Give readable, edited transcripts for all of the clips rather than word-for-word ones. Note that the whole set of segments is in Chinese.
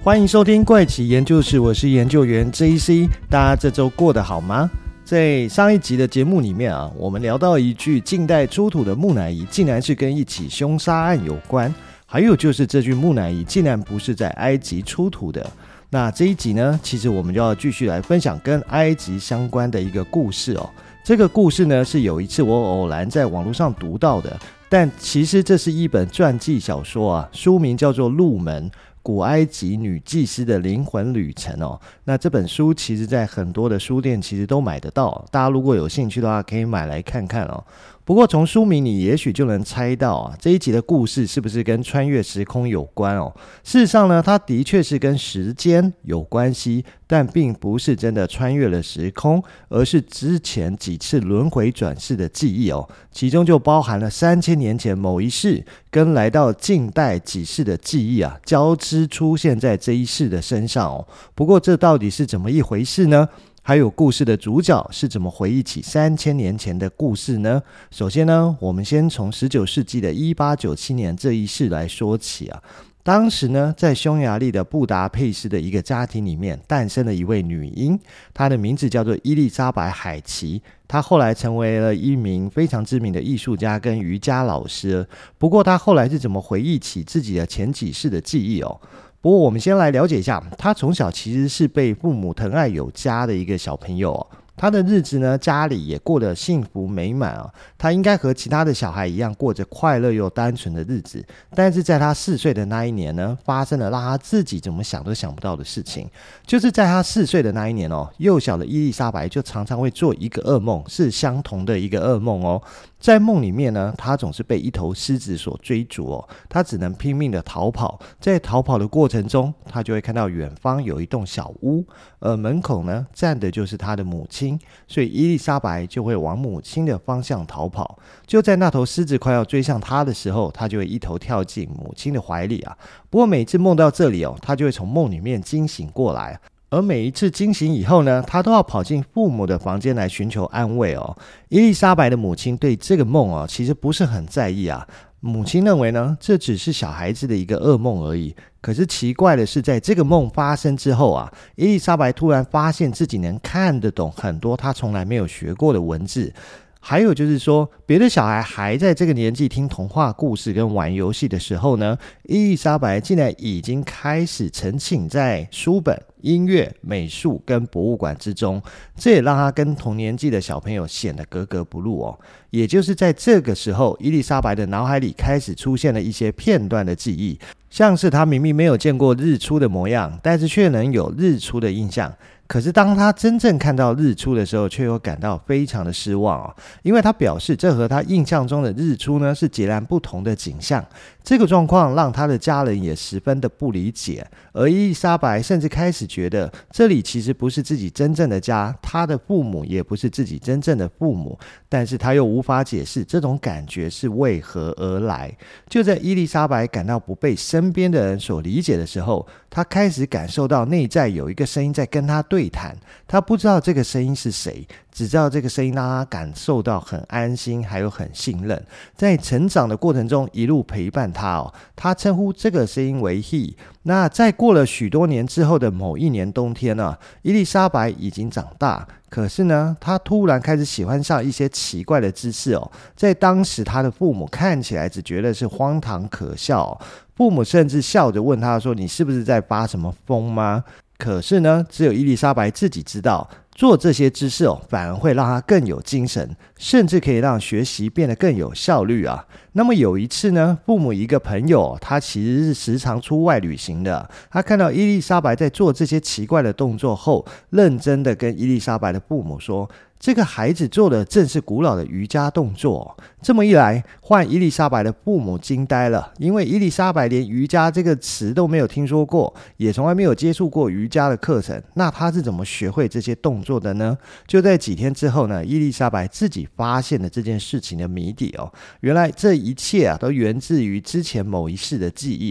欢迎收听怪奇研究室，我是研究员 JC。 大家这周过得好吗？在上一集的节目里面啊，我们聊到一具近代出土的木乃伊竟然是跟一起凶杀案有关，还有就是这具木乃伊竟然不是在埃及出土的。那这一集呢，其实我们就要继续来分享跟埃及相关的一个故事哦。这个故事呢，是有一次我偶然在网络上读到的，但其实这是一本传记小说啊，书名叫做《入门：古埃及女祭司的灵魂旅程》哦。那这本书其实在很多的书店其实都买得到，大家如果有兴趣的话可以买来看看哦。不过从书名你也许就能猜到啊，这一集的故事是不是跟穿越时空有关哦？事实上呢，它的确是跟时间有关系，但并不是真的穿越了时空，而是之前几次轮回转世的记忆哦，其中就包含了3000年前某一世跟来到近代几世的记忆啊，交织出现在这一世的身上哦。不过这到底是怎么一回事呢？还有故事的主角是怎么回忆起3000年前的故事呢？首先呢，我们先从19世纪的1897年这一世来说起啊。当时呢，在匈牙利的布达佩斯的一个家庭里面，诞生了一位女婴，她的名字叫做伊丽莎白·海奇。她后来成为了一名非常知名的艺术家跟瑜伽老师。不过她后来是怎么回忆起自己的前几世的记忆哦？不过我们先来了解一下，他从小其实是被父母疼爱有加的一个小朋友哦。他的日子呢，家里也过得幸福美满啊。他应该和其他的小孩一样，过着快乐又单纯的日子。但是在他4岁的那一年呢，发生了让他自己怎么想都想不到的事情。就是在他4岁的那一年哦，幼小的伊丽莎白就常常会做一个噩梦，是相同的一个噩梦哦。在梦里面呢，他总是被一头狮子所追逐哦，他只能拼命的逃跑。在逃跑的过程中，他就会看到远方有一栋小屋，而门口呢站的就是他的母亲，所以伊丽莎白就会往母亲的方向逃跑。就在那头狮子快要追上他的时候，他就会一头跳进母亲的怀里啊。不过每次梦到这里哦，他就会从梦里面惊醒过来。而每一次惊醒以后呢，他都要跑进父母的房间来寻求安慰哦。伊丽莎白的母亲对这个梦哦，其实不是很在意啊。母亲认为呢，这只是小孩子的一个噩梦而已。可是奇怪的是，在这个梦发生之后啊，伊丽莎白突然发现自己能看得懂很多她从来没有学过的文字。还有就是说，别的小孩还在这个年纪听童话故事跟玩游戏的时候呢，伊丽莎白竟然已经开始沉浸在书本、音乐、美术跟博物馆之中。这也让她跟同年纪的小朋友显得格格不入哦。也就是在这个时候，伊丽莎白的脑海里开始出现了一些片段的记忆，像是她明明没有见过日出的模样，但是却能有日出的印象。可是当他真正看到日出的时候，却又感到非常的失望哦，因为他表示这和他印象中的日出呢是截然不同的景象。这个状况让他的家人也十分的不理解，而伊丽莎白甚至开始觉得这里其实不是自己真正的家，他的父母也不是自己真正的父母，但是他又无法解释这种感觉是为何而来。就在伊丽莎白感到不被身边的人所理解的时候，他开始感受到内在有一个声音在跟他对谈，他不知道这个声音是谁，只知道这个声音让他感受到很安心，还有很信任。在成长的过程中一路陪伴他哦，他称呼这个声音为 He。 那在过了许多年之后的某一年冬天啊，伊丽莎白已经长大，可是呢，他突然开始喜欢上一些奇怪的知识哦。在当时他的父母看起来只觉得是荒唐可笑哦，父母甚至笑着问他说，你是不是在发什么疯吗？可是呢，只有伊丽莎白自己知道，做这些知识哦，反而会让她更有精神，甚至可以让学习变得更有效率啊。那么有一次呢，父母一个朋友，他其实是时常出外旅行的，他看到伊丽莎白在做这些奇怪的动作后，认真的跟伊丽莎白的父母说，这个孩子做的正是古老的瑜伽动作。这么一来，换伊丽莎白的父母惊呆了，因为伊丽莎白连瑜伽这个词都没有听说过，也从来没有接触过瑜伽的课程，那她是怎么学会这些动作的呢？就在几天之后呢，伊丽莎白自己发现了这件事情的谜底哦。原来这一切啊，都源自于之前某一世的记忆哦。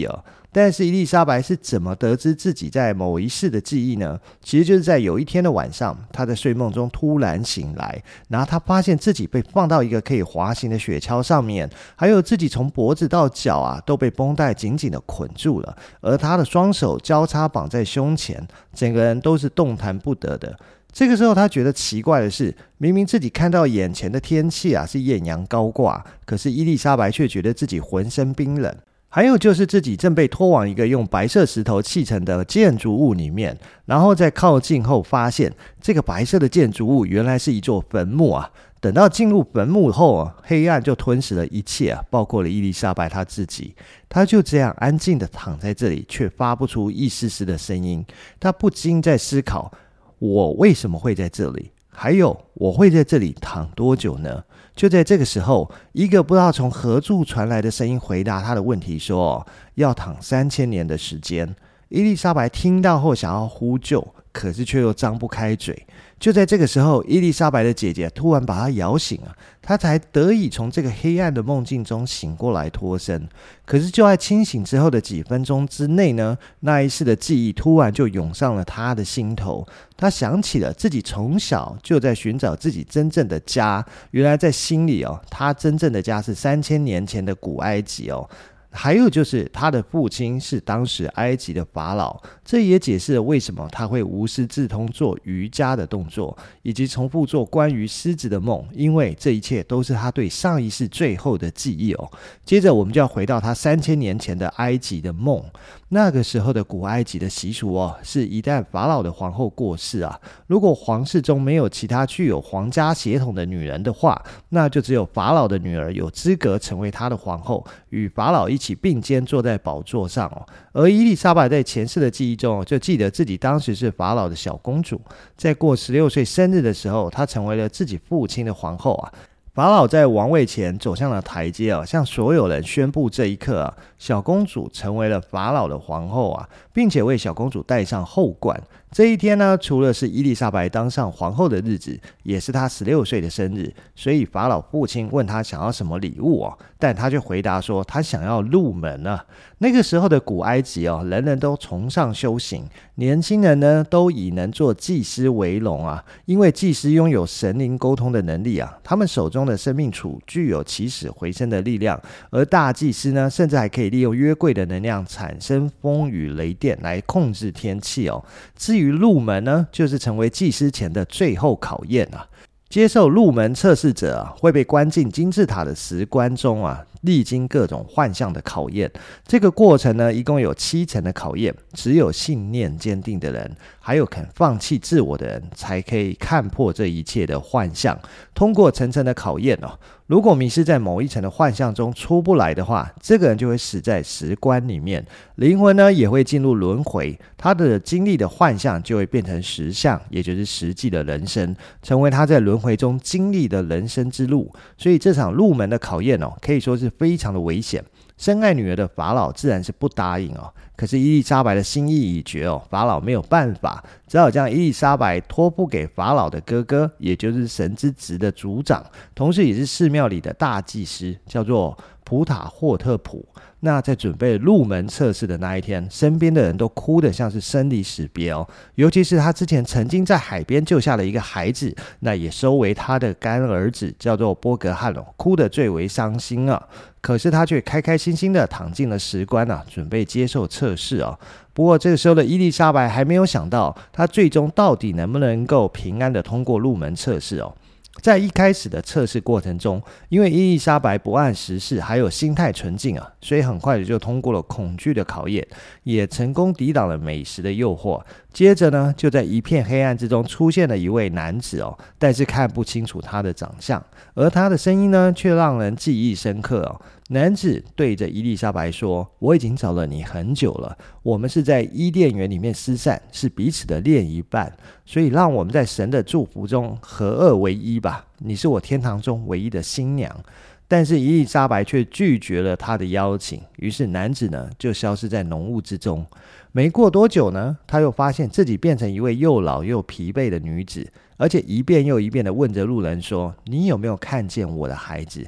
但是伊丽莎白是怎么得知自己在某一世的记忆呢？其实就是在有一天的晚上，她在睡梦中突然醒来，然后她发现自己被放到一个可以滑行的雪橇上面，还有自己从脖子到脚都被绷带紧紧的捆住了，而她的双手交叉绑在胸前，整个人都是动弹不得的。这个时候他觉得奇怪的是，明明自己看到眼前的天气是艳阳高挂，可是伊丽莎白却觉得自己浑身冰冷。还有就是自己正被拖往一个用白色石头砌成的建筑物里面，然后在靠近后发现这个白色的建筑物原来是一座坟墓等到进入坟墓后黑暗就吞噬了一切包括了伊丽莎白她自己。她就这样安静的躺在这里，却发不出一丝丝的声音。她不禁在思考，我为什么会在这里？还有我会在这里躺多久呢？就在这个时候，一个不知道从何处传来的声音回答他的问题说，要躺3000年的时间。伊丽莎白听到后想要呼救，可是却又张不开嘴。就在这个时候，伊丽莎白的姐姐突然把她摇醒了，她才得以从这个黑暗的梦境中醒过来脱身。可是就在清醒之后的几分钟之内呢，那一世的记忆突然就涌上了她的心头。她想起了自己从小就在寻找自己真正的家，原来在心里她真正的家是3000年前的古埃及还有就是他的父亲是当时埃及的法老，这也解释了为什么他会无师自通做瑜伽的动作，以及重复做关于狮子的梦，因为这一切都是他对上一世最后的记忆接着我们就要回到他3000年前的埃及的梦。那个时候的古埃及的习俗是一旦法老的皇后过世如果皇室中没有其他具有皇家血统的女人的话，那就只有法老的女儿有资格成为他的皇后，与法老一起并肩坐在宝座上而伊丽莎白在前世的记忆中就记得自己当时是法老的小公主，在过16岁生日的时候，她成为了自己父亲的皇后法老在王位前走向了台阶向所有人宣布这一刻小公主成为了法老的皇后并且为小公主戴上后冠。这一天呢，除了是伊丽莎白当上皇后的日子，也是她16岁的生日，所以法老父亲问她想要什么礼物但她却回答说她想要入门那个时候的古埃及人人都崇尚修行，年轻人呢都以能做祭司为荣因为祭司拥有神灵沟通的能力他们手中的生命杵具有起死回生的力量，而大祭司呢甚至还可以利用约柜的能量产生风雨雷电来控制天气至于入门呢，就是成为祭司前的最后考验接受入门测试者会被关进金字塔的石棺中历经各种幻象的考验。这个过程呢，一共有7层的考验，只有信念坚定的人，还有肯放弃自我的人，才可以看破这一切的幻象。通过层层的考验如果迷失在某一层的幻象中出不来的话，这个人就会死在石棺里面，灵魂呢也会进入轮回，他的经历的幻象就会变成实相，也就是实际的人生，成为他在轮回中经历的人生之路。所以这场入门的考验可以说是非常的危险。深爱女儿的法老自然是不答应可是伊丽莎白的心意已决法老没有办法，只好将伊丽莎白托付给法老的哥哥，也就是神之职的族长，同时也是寺庙里的大祭司，叫做普塔霍特普。那在准备入门测试的那一天，身边的人都哭得像是生离死别尤其是他之前曾经在海边救下了一个孩子，那也收为他的干儿子，叫做波格汉哭得最为伤心可是他却开开心心的躺进了石棺准备接受测试不过这个时候的伊丽莎白还没有想到，她最终到底能不能够平安的通过入门测试在一开始的测试过程中，因为伊丽莎白不谙时事，还有心态纯净所以很快的就通过了恐惧的考验，也成功抵挡了美食的诱惑。接着呢，就在一片黑暗之中出现了一位男子但是看不清楚他的长相，而他的声音呢却让人记忆深刻男子对着伊丽莎白说，我已经找了你很久了，我们是在伊甸园里面失散，是彼此的另一半，所以让我们在神的祝福中合二为一吧，你是我天堂中唯一的新娘。但是伊丽莎白却拒绝了他的邀请，于是男子呢就消失在浓雾之中。没过多久呢，他又发现自己变成一位又老又疲惫的女子，而且一遍又一遍地问着路人说，你有没有看见我的孩子？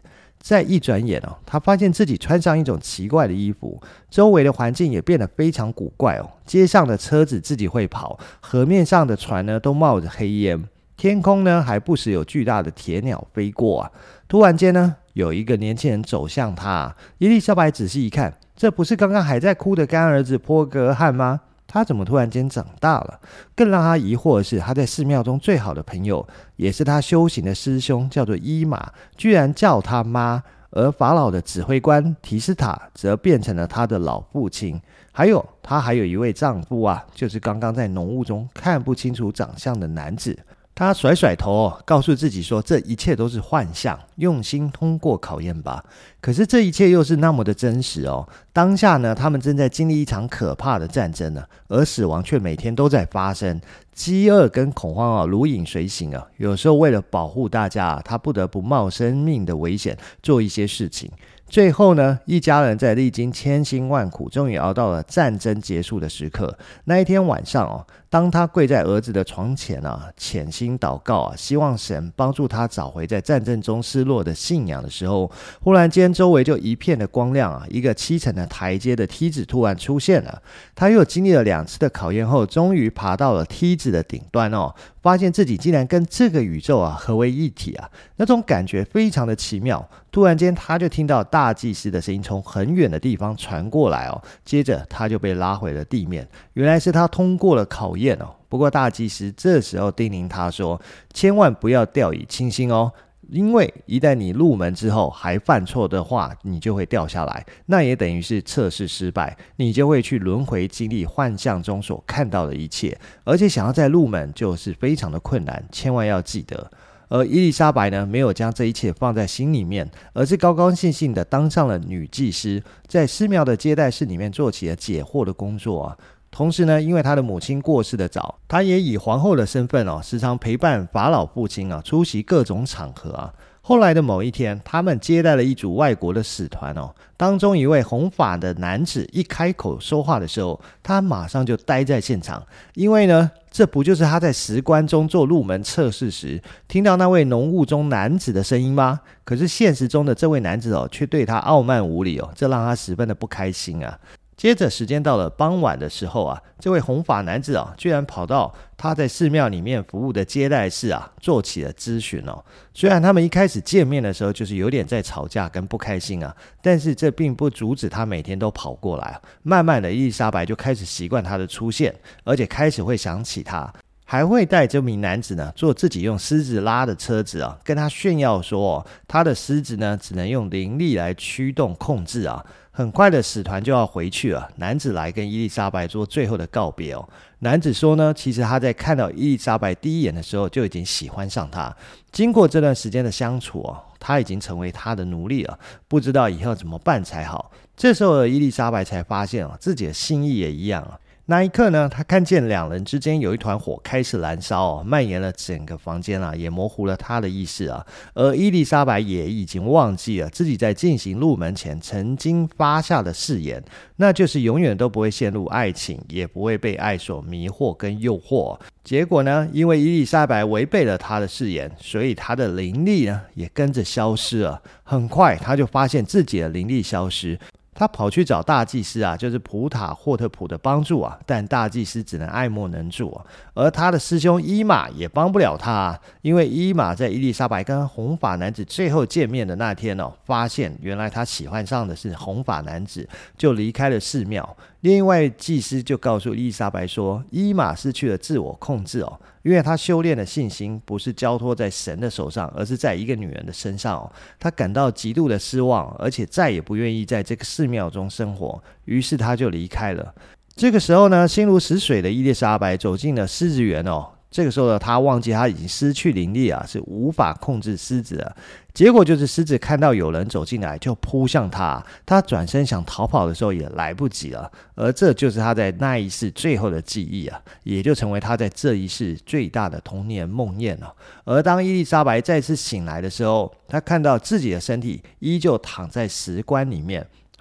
再一转眼他发现自己穿上一种奇怪的衣服，周围的环境也变得非常古怪街上的车子自己会跑，河面上的船呢都冒着黑烟，天空呢还不时有巨大的铁鸟飞过突然间呢，有一个年轻人走向他伊丽莎白仔细一看，这不是刚刚还在哭的干儿子波格汉吗？他怎么突然间长大了？更让他疑惑的是，他在寺庙中最好的朋友，也是他修行的师兄，叫做伊玛，居然叫他妈，而法老的指挥官提斯塔则变成了他的老父亲。还有，他还有一位丈夫就是刚刚在浓雾中看不清楚长相的男子。他甩甩头告诉自己说，这一切都是幻象，用心通过考验吧。可是这一切又是那么的真实当下呢，他们正在经历一场可怕的战争而死亡却每天都在发生，饥饿跟恐慌如影随形有时候为了保护大家他不得不冒生命的危险做一些事情。最后呢，一家人在历经千辛万苦，终于熬到了战争结束的时刻。那一天晚上当他跪在儿子的床前潜心祷告希望神帮助他找回在战争中失落的信仰的时候，忽然间周围就一片的光亮一个7层的台阶的梯子突然出现了。他又经历了2次的考验后，终于爬到了梯子的顶端发现自己竟然跟这个宇宙合为一体那种感觉非常的奇妙。突然间他就听到大祭司的声音从很远的地方传过来接着他就被拉回了地面。原来是他通过了考验不过大祭司这时候叮咛他说，千万不要掉以轻心因为一旦你入门之后还犯错的话，你就会掉下来，那也等于是测试失败，你就会去轮回经历幻象中所看到的一切，而且想要再入门就是非常的困难，千万要记得。而伊丽莎白呢，没有将这一切放在心里面，而是高高兴兴的当上了女祭司，在寺庙的接待室里面做起了解惑的工作同时呢，因为她的母亲过世的早，她也以皇后的身份时常陪伴法老父亲出席各种场合后来的某一天，他们接待了一组外国的使团当中一位红发的男子一开口说话的时候，他马上就呆在现场，因为呢，这不就是他在石棺中做入门测试时听到那位浓雾中男子的声音吗？可是现实中的这位男子却对他傲慢无礼这让他十分的不开心接着时间到了傍晚的时候这位红发男子居然跑到他在寺庙里面服务的接待室做起了咨询虽然他们一开始见面的时候就是有点在吵架跟不开心但是这并不阻止他每天都跑过来慢慢的伊丽莎白就开始习惯他的出现，而且开始会想起他，还会带这名男子呢坐自己用狮子拉的车子跟他炫耀说他的狮子呢只能用灵力来驱动控制很快的使团就要回去了，男子来跟伊丽莎白做最后的告别男子说呢，其实他在看到伊丽莎白第一眼的时候就已经喜欢上她，经过这段时间的相处他已经成为他的奴隶了，不知道以后怎么办才好。这时候的伊丽莎白才发现自己的心意也一样那一刻呢，他看见2人之间有一团火开始燃烧蔓延了整个房间也模糊了他的意识而伊丽莎白也已经忘记了自己在进行入门前曾经发下的誓言，那就是永远都不会陷入爱情，也不会被爱所迷惑跟诱惑。结果呢，因为伊丽莎白违背了他的誓言，所以他的灵力呢也跟着消失了。很快他就发现自己的灵力消失，他跑去找大祭司就是普塔霍特普的帮助但大祭司只能爱莫能助而他的师兄伊玛也帮不了他因为伊玛在伊丽莎白跟红发男子最后见面的那天发现原来他喜欢上的是红发男子，就离开了寺庙。另外祭司就告诉伊丽莎白说，伊玛失去了自我控制因为他修炼的信心不是交托在神的手上，而是在一个女人的身上他感到极度的失望，而且再也不愿意在这个寺庙中生活，于是他就离开了。这个时候呢，心如死水的伊丽莎白走进了狮子园这个时候呢，他忘记他已经失去灵力是无法控制狮子了。结果就是狮子看到有人走进来就扑向他，他转身想逃跑的时候也来不及了。而这就是他在那一世最后的记忆也就成为他在这一世最大的童年梦魇而当伊丽莎白再次醒来的时候，他看到自己的身体依旧躺在石棺里面，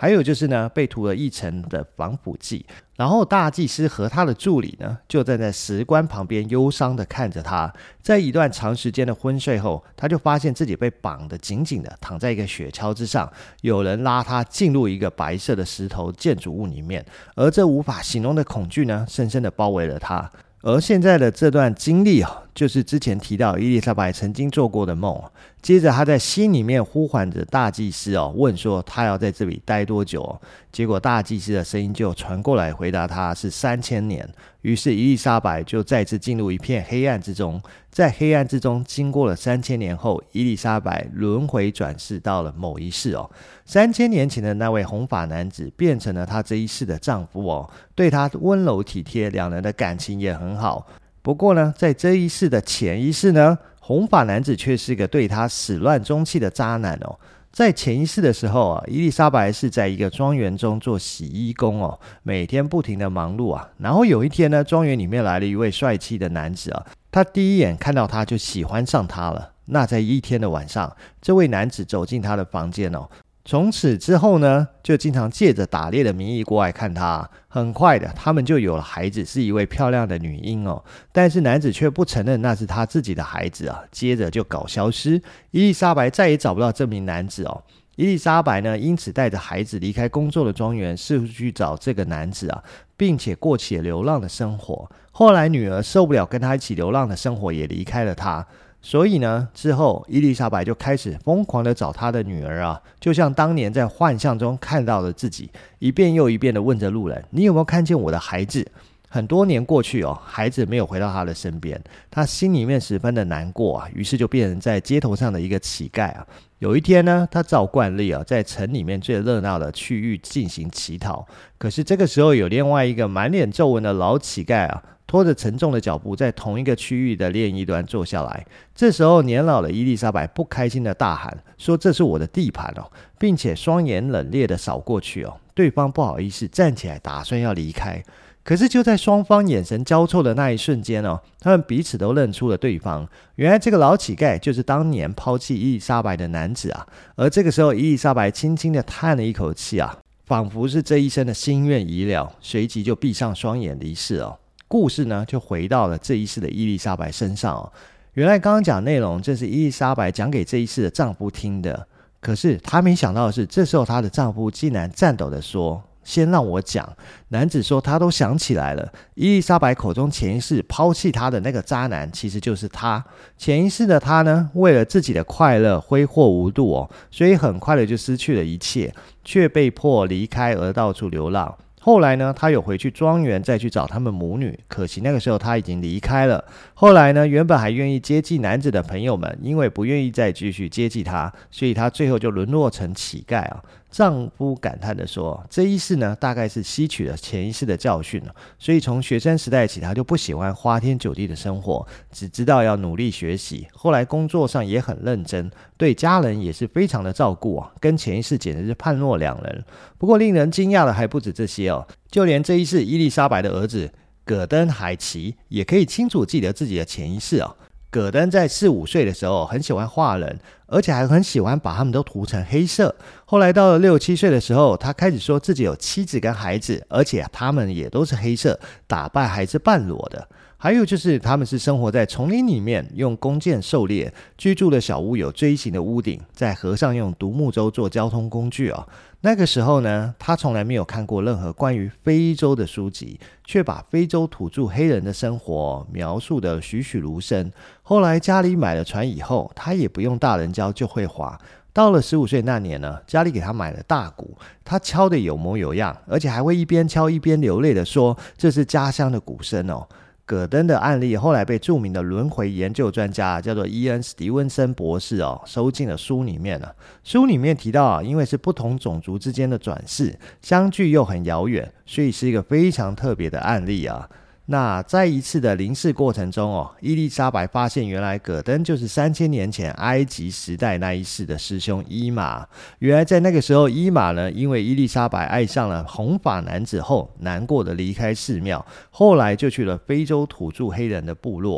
还有就是呢被涂了一层的防腐剂。然后大祭司和他的助理呢就站在石棺旁边忧伤的看着他。在一段长时间的昏睡后，他就发现自己被绑得紧紧的躺在一个雪橇之上，有人拉他进入一个白色的石头建筑物里面，而这无法形容的恐惧呢深深的包围了他。而现在的这段经历就是之前提到伊丽莎白曾经做过的梦。接着他在心里面呼唤着大祭司问说他要在这里待多久结果大祭司的声音就传过来回答他是3000年。于是伊丽莎白就再次进入一片黑暗之中。在黑暗之中经过了3000年后，伊丽莎白轮回转世到了某一世3000年前的那位红发男子变成了她这一世的丈夫对她温柔体贴，两人的感情也很好。不过呢，在这一世的前一世呢，红发男子却是个对她始乱终弃的渣男在前一世的时候伊丽莎白是在一个庄园中做洗衣工每天不停的忙碌然后有一天呢，庄园里面来了一位帅气的男子他第一眼看到他就喜欢上他了。那在一天的晚上，这位男子走进他的房间从此之后呢，就经常借着打猎的名义过来看他。很快的，他们就有了孩子，是一位漂亮的女婴但是男子却不承认那是他自己的孩子接着就搞消失。伊丽莎白再也找不到这名男子伊丽莎白呢，因此带着孩子离开工作的庄园，四处去找这个男子并且过起了流浪的生活。后来女儿受不了跟他一起流浪的生活，也离开了他。所以呢，之后伊丽莎白就开始疯狂的找她的女儿就像当年在幻象中看到的自己，一遍又一遍的问着路人：你有没有看见我的孩子？很多年过去孩子没有回到他的身边，他心里面十分的难过于是就变成在街头上的一个乞丐有一天呢，他照惯例在城里面最热闹的区域进行乞讨。可是这个时候有另外一个满脸皱纹的老乞丐拖着沉重的脚步在同一个区域的另一端坐下来。这时候年老的伊丽莎白不开心的大喊说这是我的地盘并且双眼冷冽的扫过去对方不好意思站起来打算要离开。可是就在双方眼神交错的那一瞬间他们彼此都认出了对方。原来这个老乞丐就是当年抛弃伊丽莎白的男子而这个时候伊丽莎白轻轻的叹了一口气仿佛是这一生的心愿已了，随即就闭上双眼离世故事呢就回到了这一世的伊丽莎白身上原来刚刚讲内容正是伊丽莎白讲给这一世的丈夫听的。可是她没想到的是，这时候她的丈夫竟然颤抖的说先让我讲。男子说他都想起来了，伊丽莎白口中前一世抛弃他的那个渣男其实就是他。前一世的他呢，为了自己的快乐挥霍无度所以很快的就失去了一切，却被迫离开而到处流浪。后来呢，他有回去庄园再去找他们母女，可惜那个时候他已经离开了。后来呢，原本还愿意接济男子的朋友们，因为不愿意再继续接济他，所以他最后就沦落成乞丐丈夫感叹地说，这一世呢，大概是吸取了前一世的教训所以从学生时代起，他就不喜欢花天酒地的生活，只知道要努力学习。后来工作上也很认真，对家人也是非常的照顾跟前一世简直是判若两人。不过令人惊讶的还不止这些就连这一世伊丽莎白的儿子葛登海奇也可以清楚记得自己的前一世葛登在4-5岁的时候很喜欢画人，而且还很喜欢把他们都涂成黑色。后来到了6-7岁的时候，他开始说自己有妻子跟孩子，而且他们也都是黑色，打扮还是半裸的。还有就是他们是生活在丛林里面，用弓箭狩猎，居住的小屋有锥形的屋顶，在河上用独木舟做交通工具那个时候呢，他从来没有看过任何关于非洲的书籍，却把非洲土著黑人的生活描述得栩栩如生。后来家里买了船以后，他也不用大人教就会划。到了15岁那年呢，家里给他买了大鼓，他敲得有模有样，而且还会一边敲一边流泪的说这是家乡的鼓声葛登的案例后来被著名的轮回研究专家叫做伊恩·史蒂文森博士收进了书里面书里面提到因为是不同种族之间的转世，相距又很遥远，所以是一个非常特别的案例那在一次的临逝过程中伊丽莎白发现原来葛登就是3000年前埃及时代那一世的师兄伊玛。原来在那个时候，伊玛呢因为伊丽莎白爱上了红发男子后，难过的离开寺庙，后来就去了非洲土著黑人的部落。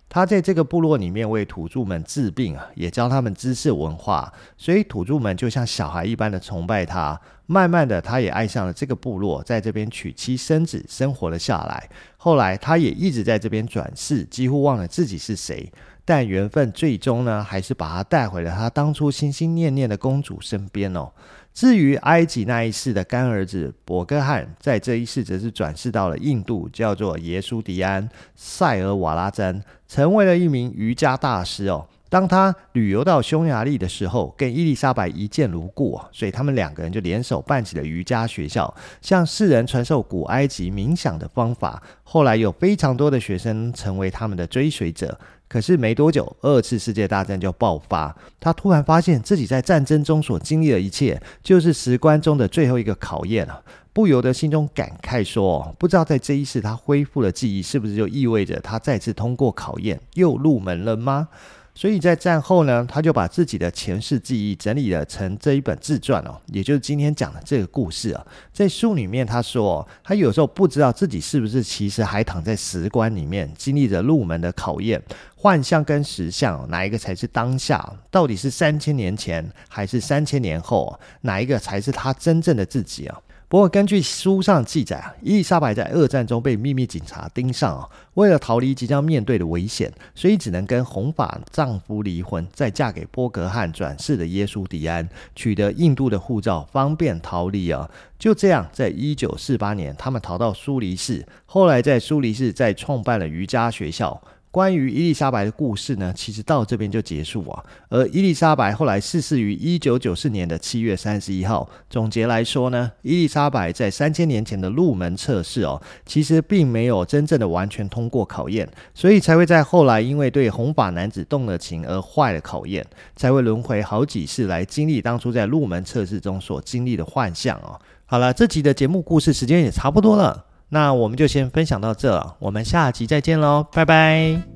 他在这个部落里面为土著们治病也教他们知识文化，所以土著们就像小孩一般的崇拜他。慢慢的他也爱上了这个部落，在这边娶妻生子，生活了下来。后来他也一直在这边转世，几乎忘了自己是谁，但缘分最终呢，还是把他带回了他当初心心念念的公主身边哦。至于埃及那一世的干儿子伯格汉，在这一世则是转世到了印度，叫做耶稣迪安·塞尔瓦拉珍，成为了一名瑜伽大师哦。当他旅游到匈牙利的时候，跟伊丽莎白一见如故，所以他们两个人就联手办起了瑜伽学校，向世人传授古埃及冥想的方法。后来有非常多的学生成为他们的追随者。可是没多久，二次世界大战就爆发，他突然发现自己在战争中所经历的一切，就是十关中的最后一个考验了。不由得心中感慨说，不知道在这一世他恢复了记忆，是不是就意味着他再次通过考验，又入门了吗？所以在战后呢，他就把自己的前世记忆整理了成这一本自传也就是今天讲的这个故事在书里面他说他有时候不知道自己是不是其实还躺在十关里面，经历着入门的考验，幻象跟实相哪一个才是当下，到底是3000年前还是3000年后哪一个才是他真正的自己不过根据书上记载伊丽莎白在二战中被秘密警察盯上为了逃离即将面对的危险，所以只能跟红发丈夫离婚，再嫁给波格汉转世的耶稣迪安，取得印度的护照，方便逃离就这样在1948年他们逃到苏黎世，后来在苏黎世再创办了瑜伽学校。关于伊丽莎白的故事呢，其实到这边就结束而伊丽莎白后来逝世于1994年的7月31号。总结来说呢，伊丽莎白在3000年前的入门测试其实并没有真正的完全通过考验，所以才会在后来因为对红发男子动了情而坏了考验，才会轮回好几世来经历当初在入门测试中所经历的幻象好了，这集的节目故事时间也差不多了，那我们就先分享到这了，我们下集再见咯，拜拜。